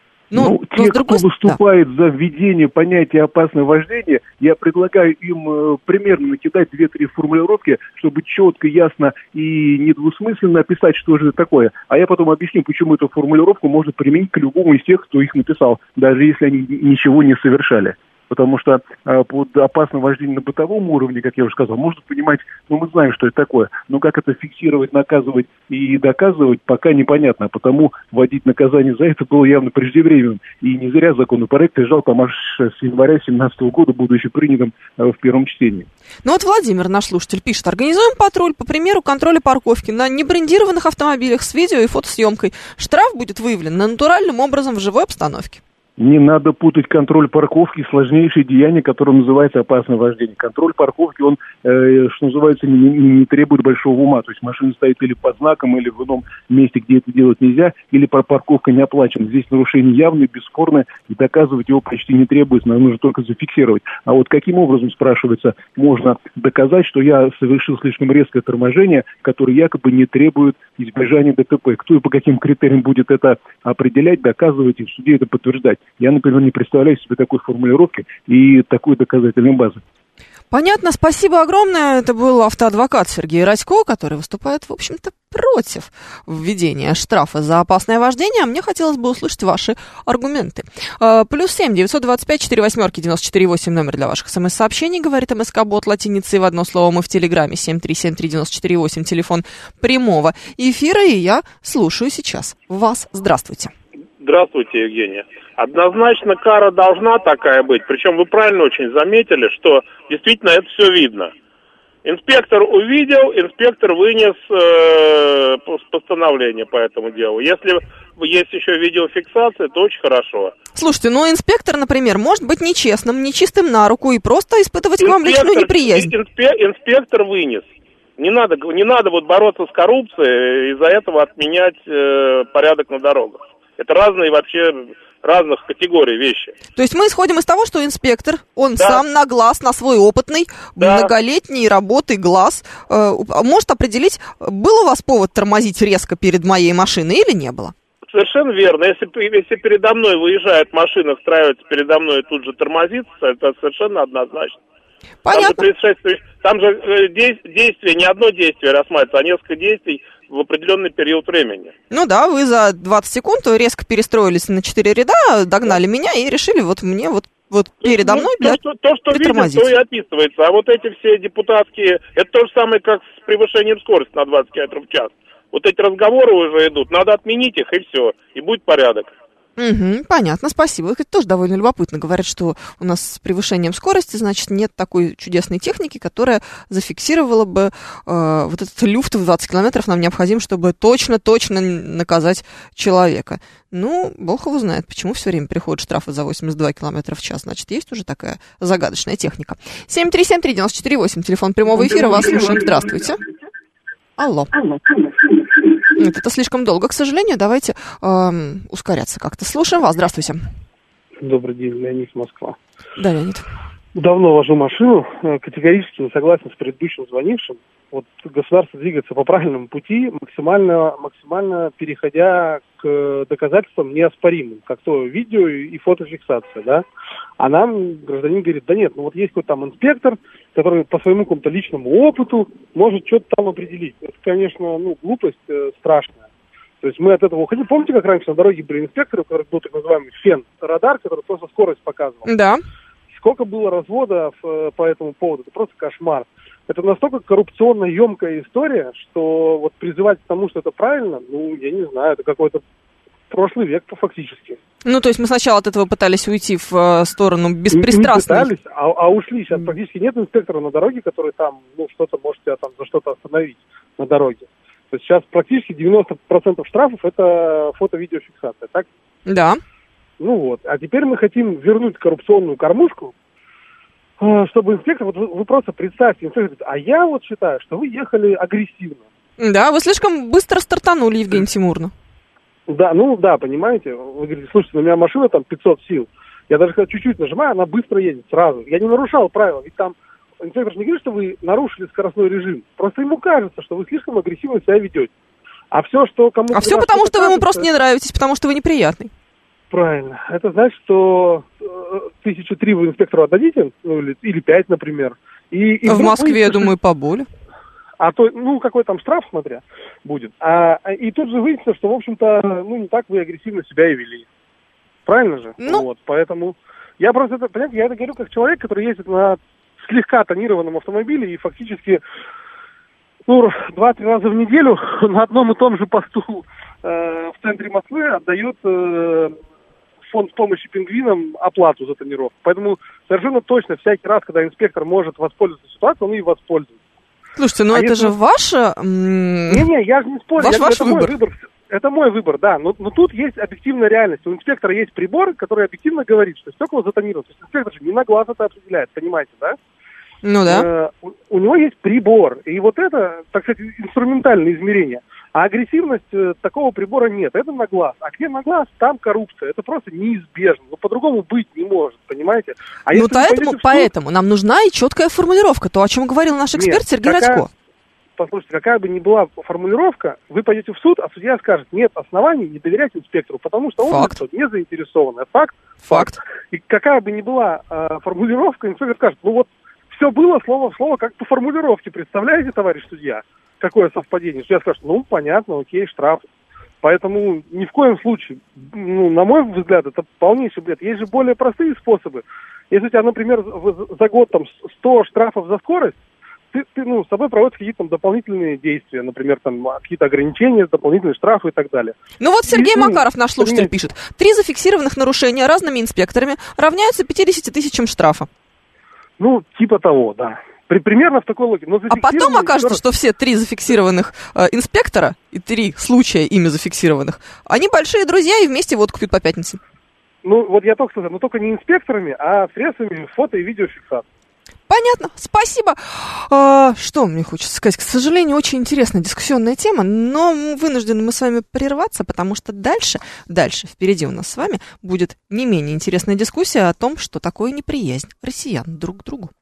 Те, кто выступает за введение понятия опасное вождение, я предлагаю им примерно накидать 2-3 формулировки, чтобы четко, ясно и недвусмысленно описать, что же это такое. А я потом объясню, почему эту формулировку можно применить к любому из тех, кто их написал, даже если они ничего не совершали. Потому что под опасным вождением на бытовом уровне, как я уже сказал, можно понимать, мы знаем, что это такое. Но как это фиксировать, наказывать и доказывать, пока непонятно. Потому вводить наказание за это было явно преждевременным. И не зря законопроект лежал там аж с января 2017 года, будучи принятым в первом чтении. Ну вот Владимир, наш слушатель, пишет: организуем патруль по примеру контроля парковки на небрендированных автомобилях с видео и фотосъемкой. Штраф будет выявлен натуральным образом в живой обстановке. Не надо путать контроль парковки и сложнейшее деяние, которое называется опасное вождение. Контроль парковки, он, что называется, не требует большого ума. То есть машина стоит или под знаком, или в ином месте, где это делать нельзя, или парковка не оплачена. Здесь нарушение явное, бесспорное, и доказывать его почти не требуется, нужно только зафиксировать. А вот каким образом, спрашивается, можно доказать, что я совершил слишком резкое торможение, которое якобы не требует избежания ДТП? Кто и по каким критериям будет это определять, доказывать и в суде это подтверждать? Я, например, не представляю себе такой формулировки и такой доказательной базы. Понятно, спасибо огромное. Это был автоадвокат Сергей Радько, который выступает, в общем-то, против введения штрафа за опасное вождение. А мне хотелось бы услышать ваши аргументы. +7 925 48 94 8 номер для ваших смс-сообщений, говорит МСК-бот латиницей в одно слово. Мы в Телеграме 7373948, телефон прямого эфира. И я слушаю сейчас вас. Здравствуйте. Здравствуйте, Евгения. Однозначно кара должна такая быть. Причем вы правильно очень заметили, что действительно это все видно. Инспектор увидел, инспектор вынес постановление по этому делу. Если есть еще видеофиксация, то очень хорошо. Слушайте, инспектор, например, может быть нечестным, нечистым на руку и просто испытывать к вам личную неприязнь. Инспектор вынес. Не надо бороться с коррупцией, из-за этого отменять порядок на дорогах. Это разные разных категорий вещи. То есть мы исходим из того, что инспектор, он сам на глаз, на свой опытный, многолетний работы глаз, может определить, был у вас повод тормозить резко перед моей машиной или не было? Совершенно верно. Если передо мной выезжает машина, встраивается передо мной и тут же тормозится, это совершенно однозначно. Понятно. Там же действие, не одно действие рассматривается, а несколько действий в определенный период времени. Вы за 20 секунд резко перестроились на 4 ряда, догнали меня и решили мне передо мной то, что видят, то и описывается. А вот эти все депутатские, это то же самое, как с превышением скорости на 20 км в час. Вот эти разговоры уже идут, надо отменить их, и все, и будет порядок. Угу, понятно, спасибо. Это тоже довольно любопытно. Говорят, что у нас с превышением скорости, значит, нет такой чудесной техники, которая зафиксировала бы вот этот люфт в 20 километров нам необходим, чтобы точно наказать человека. Бог его знает, почему все время приходят штрафы за 82 километра в час. Значит, есть уже такая загадочная техника. 7373948, телефон прямого эфира, вас слушаем. Здравствуйте. Алло. Нет, это слишком долго, к сожалению. Давайте ускоряться как-то. Слушаем вас. Здравствуйте. Добрый день, Леонид, Москва. Да, Леонид. Давно вожу машину, категорически не согласен с предыдущим звонившим. Вот государство двигается по правильному пути, максимально переходя к доказательствам неоспоримым, как то видео и фотофиксация, да. А нам гражданин говорит, да нет, есть какой-то там инспектор, который по своему какому-то личному опыту может что-то там определить. Это, конечно, глупость страшная. То есть мы от этого уходили. Помните, как раньше на дороге были инспекторы, у которых был так называемый фен-радар, который просто скорость показывал? Да. Сколько было разводов по этому поводу? Это просто кошмар. Это настолько коррупционно емкая история, что вот призывать к тому, что это правильно, ну, я не знаю, это какой-то прошлый век фактически. Ну, то есть мы сначала от этого пытались уйти в сторону беспристрастной. Не пытались, а ушли. Сейчас практически нет инспектора на дороге, который там, ну, что-то может тебя там за что-то остановить на дороге. То есть сейчас практически 90% штрафов это фото-видеофиксация, так? Да. Ну вот. А теперь мы хотим вернуть коррупционную кормушку, чтобы инспектор, вот вы просто представьте, инспектор говорит, а я вот считаю, что вы ехали агрессивно. Да, вы слишком быстро стартанули, Евгения Тимуровна. Да, ну да, понимаете, вы говорите, слушайте, у меня машина там 500 сил, я даже когда чуть-чуть нажимаю, она быстро едет сразу. Я не нарушал правила, ведь там инспектор не говорит, что вы нарушили скоростной режим, просто ему кажется, что вы слишком агрессивно себя ведете. А все, что кому-то... А все потому, что вы ему просто не нравитесь, потому что вы неприятный. Правильно. Это значит, что 1003 вы инспектору отдадите, ну, или 5, например. И в Москве, я думаю, поболее. А то, ну, какой там штраф, смотря, будет. И тут же выяснится, что, в общем-то, ну, не так вы агрессивно себя и вели. Правильно же? Ну... Вот, поэтому я просто, понимаете, я это говорю как человек, который ездит на слегка тонированном автомобиле и фактически, ну, 2-3 раза в неделю на одном и том же посту в центре Москвы отдает фонд помощи пингвинам оплату за тонировку. Поэтому совершенно точно всякий раз, когда инспектор может воспользоваться ситуацией, он и воспользуется. Слушайте, ну это же ваше... Не-не, я же не спорю. Ваш выбор. Это мой выбор, да. Но тут есть объективная реальность. У инспектора есть прибор, который объективно говорит, что стекла затонированы. То есть инспектор же не на глаз это определяет, понимаете, да? Ну да. У него есть прибор. И вот это, так сказать, инструментальное измерение. А агрессивность такого прибора нет. Это на глаз. А где на глаз, там коррупция. Это просто неизбежно. Ну, по-другому быть не может, понимаете? А ну, поэтому нам нужна и четкая формулировка. То, о чем говорил наш эксперт Сергей Радько. Послушайте, какая бы ни была формулировка, вы пойдете в суд, а судья скажет, нет оснований не доверять инспектору, потому что он не заинтересован. Факт. И какая бы ни была формулировка, инспектор скажет, ну вот, все было слово в слово, как по формулировке. Представляете, товарищ судья? Какое совпадение? Судья скажет, ну, понятно, окей, штраф. Поэтому ни в коем случае, ну, на мой взгляд, это полнейший бред. Есть же более простые способы. Если у тебя, например, за год там 100 штрафов за скорость, ты с собой проводишь какие-то там дополнительные действия, например, там какие-то ограничения, дополнительные штрафы и так далее. Ну вот Сергей Макаров, наш слушатель, пишет, 3 зафиксированных нарушения разными инспекторами равняются 50 тысячам штрафа. Ну, типа того, да. Примерно в такой логике. А потом окажется, что все 3 зафиксированных инспектора и 3 случая ими зафиксированных, они большие друзья и вместе водку пьют по пятницам. Ну, вот я только сказал, но только не инспекторами, а средствами фото- и видеофиксации. Понятно, спасибо. Что мне хочется сказать? К сожалению, очень интересная дискуссионная тема, но вынуждены мы с вами прерваться, потому что дальше впереди у нас с вами будет не менее интересная дискуссия о том, что такое неприязнь россиян друг к другу.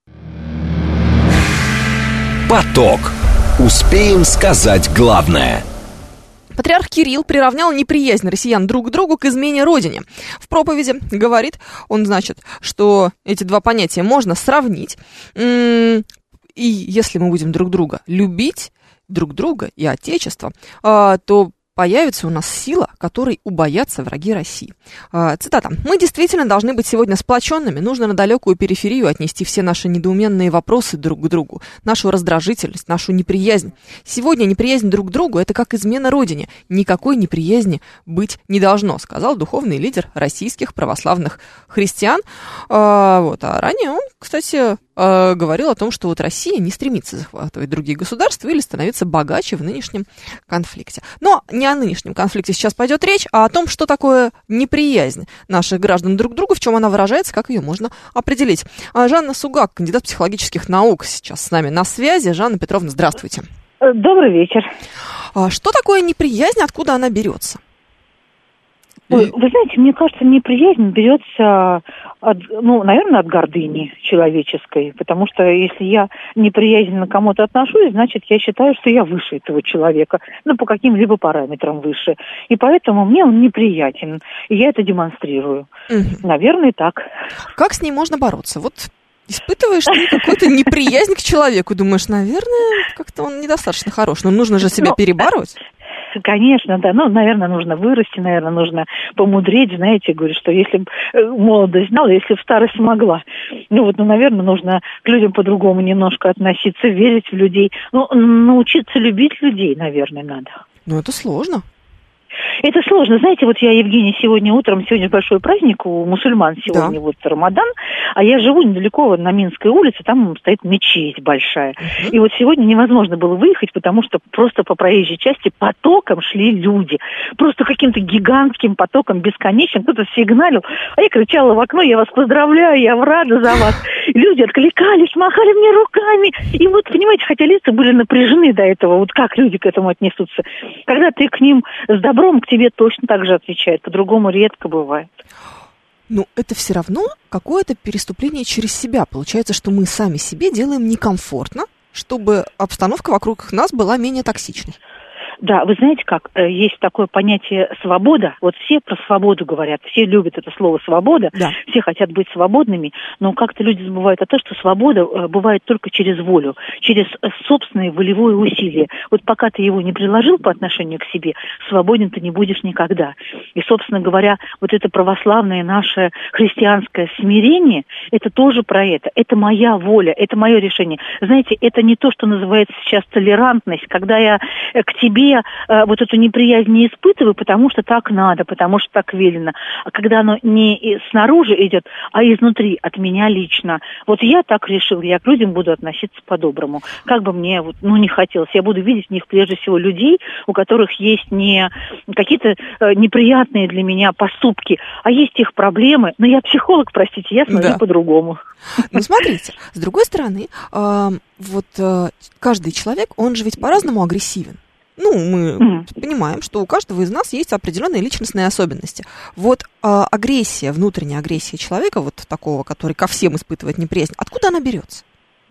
Поток. Успеем сказать главное. Патриарх Кирилл приравнял неприязнь россиян друг к другу к измене родине. В проповеди говорит он, значит, что эти два понятия можно сравнить. И если мы будем друг друга любить, друг друга и Отечество, то появится у нас сила, которой убоятся враги России. Цитата. «Мы действительно должны быть сегодня сплоченными. Нужно на далекую периферию отнести все наши недоуменные вопросы друг к другу, нашу раздражительность, нашу неприязнь. Сегодня неприязнь друг к другу – это как измена Родине. Никакой неприязни быть не должно», сказал духовный лидер российских православных христиан. А ранее он, кстати, говорил о том, что вот Россия не стремится захватывать другие государства или становиться богаче в нынешнем конфликте. Но не о нынешнем конфликте сейчас пойдет речь, а о том, что такое неприязнь наших граждан друг к другу, в чем она выражается, как ее можно определить. Жанна Сугак, кандидат психологических наук, сейчас с нами на связи. Жанна Петровна, здравствуйте. Добрый вечер. Что такое неприязнь, откуда она берется? Вы знаете, мне кажется, неприязнь берется, наверное, от гордыни человеческой, потому что если я неприязненно к кому-то отношусь, значит, я считаю, что я выше этого человека, по каким-либо параметрам выше. И поэтому мне он неприятен, и я это демонстрирую. Угу. Наверное, так. Как с ней можно бороться? Вот испытываешь ты какую-то неприязнь к человеку, думаешь, наверное, как-то он недостаточно хорош, но нужно же себя перебарывать. конечно, да. Ну, наверное, нужно вырасти, наверное, нужно помудреть, знаете, говорю, что если бы молодость знала, если бы старость могла. Наверное, нужно к людям по-другому немножко относиться, верить в людей. Научиться любить людей, наверное, надо. Это сложно. Это сложно. Знаете, я, Евгений, сегодня большой праздник у мусульман, сегодня Рамадан, а я живу недалеко на Минской улице, там стоит мечеть большая. И сегодня невозможно было выехать, потому что просто по проезжей части потоком шли люди. Просто каким-то гигантским потоком, бесконечным. Кто-то сигналил, а я кричала в окно: я вас поздравляю, я рада за вас. Люди откликались, махали мне руками. И понимаете, хотя лица были напряжены до этого, как люди к этому отнесутся. Когда ты к ним с добром, к тебе точно так же отвечают, по-другому редко бывает. Это все равно какое-то переступление через себя. Получается, что мы сами себе делаем некомфортно, чтобы обстановка вокруг нас была менее токсичной. Да, вы знаете как, есть такое понятие свобода, все про свободу говорят, все любят это слово свобода, все хотят быть свободными, но как-то люди забывают о том, что свобода бывает только через волю, через собственное волевое усилие. Пока ты его не приложил по отношению к себе, свободен ты не будешь никогда. И, собственно говоря, это православное наше христианское смирение, это тоже про это моя воля, это мое решение. Знаете, это не то, что называется сейчас толерантность, когда я к тебе эту неприязнь не испытываю, потому что так надо, потому что так велено. А когда оно не снаружи идет, а изнутри, от меня лично. Я так решил, я к людям буду относиться по-доброму. Как бы мне не хотелось. Я буду видеть в них прежде всего людей, у которых есть не какие-то неприятные для меня поступки, а есть их проблемы. Но я психолог, простите, я смотрю по-другому. Смотрите, с другой стороны, каждый человек, он же ведь по-разному агрессивен. Мы понимаем, что у каждого из нас есть определенные личностные особенности. Агрессия, внутренняя агрессия человека, такого, который ко всем испытывает неприязнь, откуда она берется?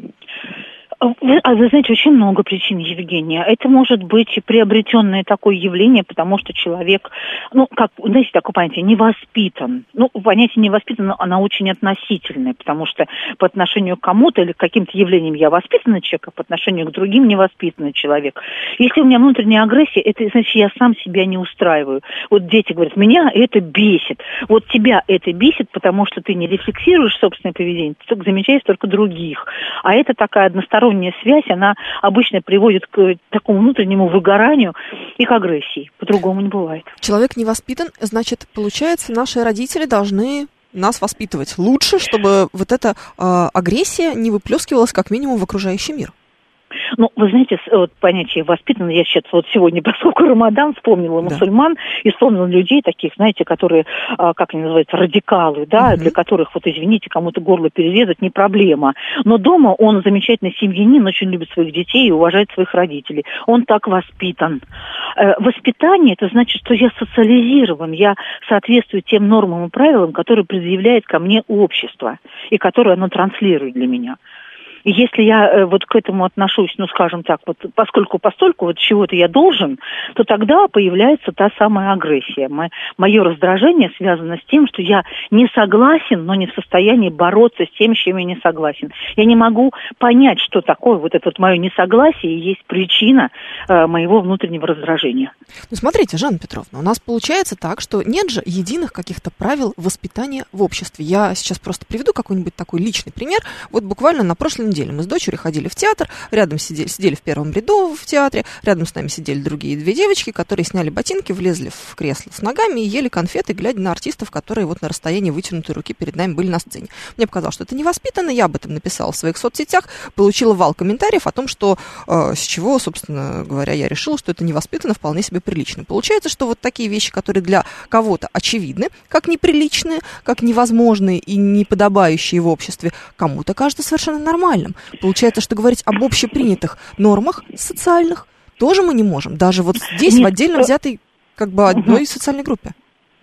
Вы знаете, очень много причин, Евгения. Это может быть и приобретенное такое явление, потому что человек, знаете, такое понятие, невоспитан. Понятие невоспитан, оно очень относительное, потому что по отношению к кому-то или к каким-то явлениям я воспитанный человек, а по отношению к другим невоспитанный человек. Если у меня внутренняя агрессия, это значит, я сам себя не устраиваю. Дети говорят, меня это бесит. Тебя это бесит, потому что ты не рефлексируешь собственное поведение, ты замечаешь только других. А это такая односторонняя связь, она обычно приводит к такому внутреннему выгоранию и к агрессии. По-другому не бывает. Человек не воспитан, значит, получается, наши родители должны нас воспитывать лучше, чтобы эта агрессия не выплескивалась как минимум в окружающий мир. Вы знаете, понятие воспитанный, я сейчас сегодня, поскольку Рамадан, вспомнила мусульман и вспомнила людей таких, знаете, которые, как они называются, радикалы, для которых, извините, кому-то горло перерезать не проблема. Но дома он замечательный семьянин, очень любит своих детей и уважает своих родителей. Он так воспитан. Воспитание, это значит, что я социализирован, я соответствую тем нормам и правилам, которые предъявляет ко мне общество и которые оно транслирует для меня. И если я к этому отношусь, скажем так, постольку чего-то я должен, то тогда появляется та самая агрессия. Мое раздражение связано с тем, что я не согласен, но не в состоянии бороться с тем, с чем я не согласен. Я не могу понять, что такое это мое несогласие и есть причина моего внутреннего раздражения. Смотрите, Жанна Петровна, у нас получается так, что нет же единых каких-то правил воспитания в обществе. Я сейчас просто приведу какой-нибудь такой личный пример. Буквально на прошлой неделе мы с дочерью ходили в театр, рядом сидели в первом ряду в театре, рядом с нами сидели другие две девочки, которые сняли ботинки, влезли в кресло с ногами и ели конфеты, глядя на артистов, которые на расстоянии вытянутой руки перед нами были на сцене. Мне показалось, что это невоспитанно, я об этом написала в своих соцсетях, получила вал комментариев о том, что с чего, собственно говоря, я решила, что это невоспитанно, вполне себе прилично. Получается, что такие вещи, которые для кого-то очевидны, как неприличные, как невозможные и неподобающие в обществе, кому-то кажется совершенно нормальным. Получается, что говорить об общепринятых нормах социальных тоже мы не можем. Даже здесь, в отдельно взятой одной социальной группе.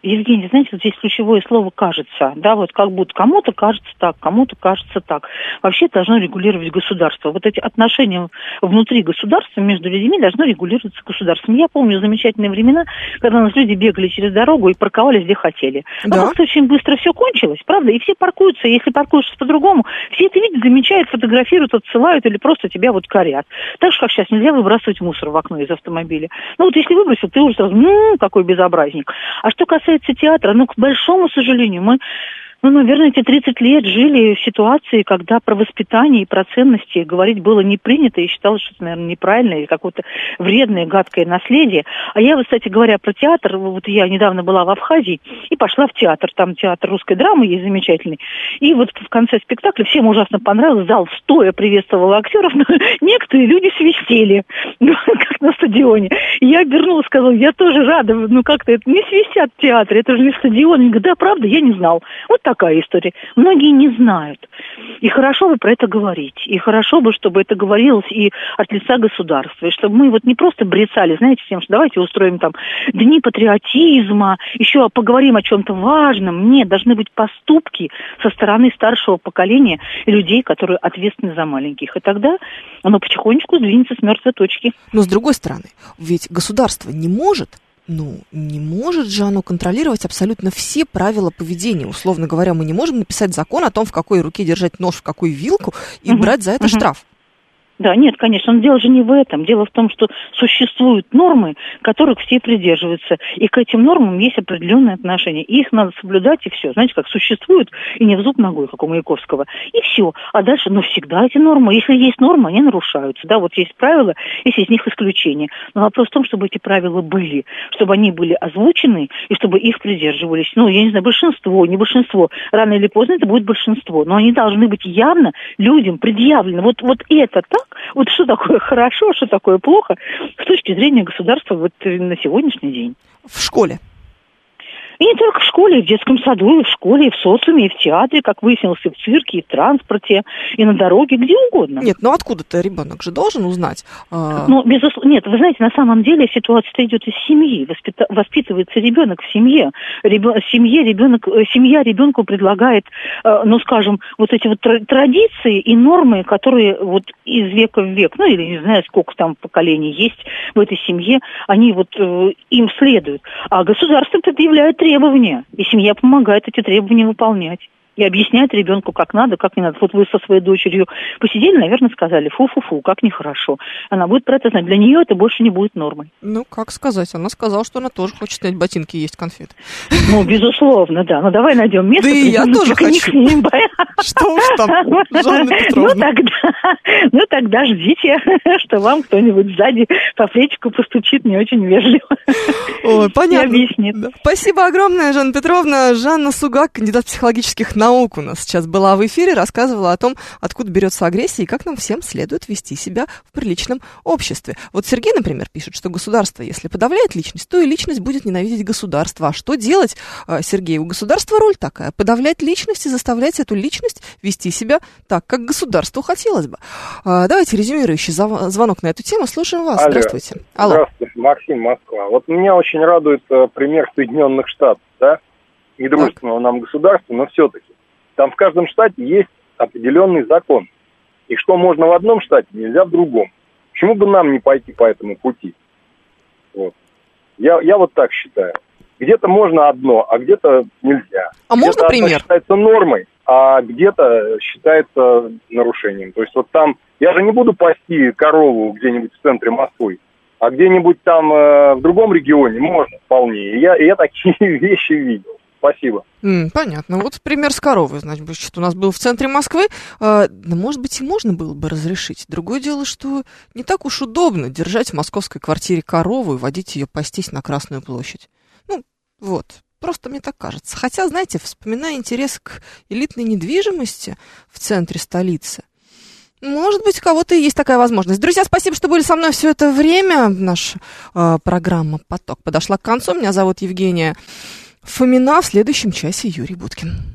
Евгений, знаете, вот здесь ключевое слово «кажется». Да, вот как будто кому-то кажется так, кому-то кажется так. Вообще должно регулировать государство. Вот эти отношения внутри государства между людьми должно регулироваться государством. Я помню замечательные времена, когда у нас люди бегали через дорогу и парковались где хотели. Да. А как-то очень быстро все кончилось, правда? И все паркуются. Если паркуешься по-другому, все это видят, замечают, фотографируют, отсылают или просто тебя вот корят. Так же, как сейчас нельзя выбрасывать мусор в окно из автомобиля. Ну вот если выбросил, ты уже сразу, какой безобразник. А что касается театра, к большому сожалению, мы, наверное, эти 30 лет жили в ситуации, когда про воспитание и про ценности говорить было не принято, и считалось, что это, наверное, неправильно, или какое-то вредное, гадкое наследие. А я, кстати говоря, про театр, вот я недавно была в Абхазии и пошла в театр, там театр русской драмы есть замечательный, и вот в конце спектакля всем ужасно понравилось, зал стоя приветствовал актеров, но некоторые люди свистели, как на стадионе. И я обернулась, сказала, я тоже рада, как-то это не свистят в театре, это же не стадион. Я говорю, да, правда, я не знал. Вот такая история. Многие не знают. И хорошо бы про это говорить. И хорошо бы, чтобы это говорилось и от лица государства. И чтобы мы вот не просто брецали, знаете, тем, что давайте устроим там дни патриотизма, еще поговорим о чем-то важном. Нет, должны быть поступки со стороны старшего поколения и людей, которые ответственны за маленьких. И тогда оно потихонечку сдвинется с мертвой точки. Но с другой стороны, ведь государство не может же оно контролировать абсолютно все правила поведения. Условно говоря, мы не можем написать закон о том, в какой руке держать нож, в какую вилку, и брать за это штраф. Да, нет, конечно, но дело же не в этом. Дело в том, что существуют нормы, которых все придерживаются. И к этим нормам есть определенные отношения. И их надо соблюдать, и все. Знаете, как существуют, и не в зуб ногой, как у Маяковского. И все. А дальше, всегда эти нормы. Если есть нормы, они нарушаются. Да, вот есть правила, есть из них исключения. Но вопрос в том, чтобы эти правила были, чтобы они были озвучены, и чтобы их придерживались. Я не знаю, большинство, не большинство. Рано или поздно это будет большинство. Но они должны быть явно людям предъявлены. Вот это так? Вот что такое хорошо, что такое плохо с точки зрения государства вот на сегодняшний день. В школе? И не только в школе, и в детском саду, и в школе, и в социуме, и в театре, как выяснилось, и в цирке, и в транспорте, и на дороге, где угодно. Нет, откуда-то ребенок же должен узнать. Безусловно, нет, вы знаете, на самом деле ситуация идет из семьи. Воспитывается ребенок в семье. Семья ребенку предлагает, вот эти вот традиции и нормы, которые вот из века в век, или не знаю, сколько там поколений есть в этой семье, они им следуют. А государство предъявляет требования, и семья помогает эти требования выполнять. И объясняет ребенку, как надо, как не надо. Вот вы со своей дочерью посидели, наверное, сказали, фу-фу-фу, как нехорошо. Она будет про это знать. Для нее это больше не будет нормой. Как сказать? Она сказала, что она тоже хочет снять ботинки и есть конфеты. Безусловно, да. Давай найдем место. Да и я тоже хочу. Что уж там, Жанна Петровна. Тогда ждите, что вам кто-нибудь сзади по плечику постучит не очень вежливо. Ой, понятно. И объяснит. Да. Спасибо огромное, Жанна Петровна. Жанна Сугак, кандидат психологических наук, у нас сейчас была в эфире, рассказывала о том, откуда берется агрессия и как нам всем следует вести себя в приличном обществе. Вот Сергей, например, пишет, что государство, если подавляет личность, то и личность будет ненавидеть государство. А что делать, Сергей? У государства роль такая: подавлять личность и заставлять эту личность вести себя так, как государству хотелось бы. Давайте резюмирующий звонок на эту тему. Слушаем вас. Алло. Здравствуйте. Алло. Здравствуйте, Максим, Москва. Вот меня очень радует пример Соединенных Штатов, да? Недружественного нам государства, но все-таки. Там в каждом штате есть определенный закон. И что можно в одном штате, нельзя в другом. Почему бы нам не пойти по этому пути? Вот. Я вот так считаю. Где-то можно одно, а где-то нельзя. А где-то можно пример? Считается нормой, а где-то считается нарушением. То есть вот там, я же не буду пасти корову где-нибудь в центре Москвы, а где-нибудь там в другом регионе можно вполне. И я такие вещи видел. Спасибо. Понятно. Вот пример с коровой, значит, у нас был в центре Москвы. Может быть, и можно было бы разрешить. Другое дело, что не так уж удобно держать в московской квартире корову и водить ее пастись на Красную площадь. Просто мне так кажется. Хотя, знаете, вспоминая интерес к элитной недвижимости в центре столицы, может быть, у кого-то и есть такая возможность. Друзья, спасибо, что были со мной все это время. Наша программа «Поток» подошла к концу. Меня зовут Евгения Фомина. В следующем часе Юрий Буткин.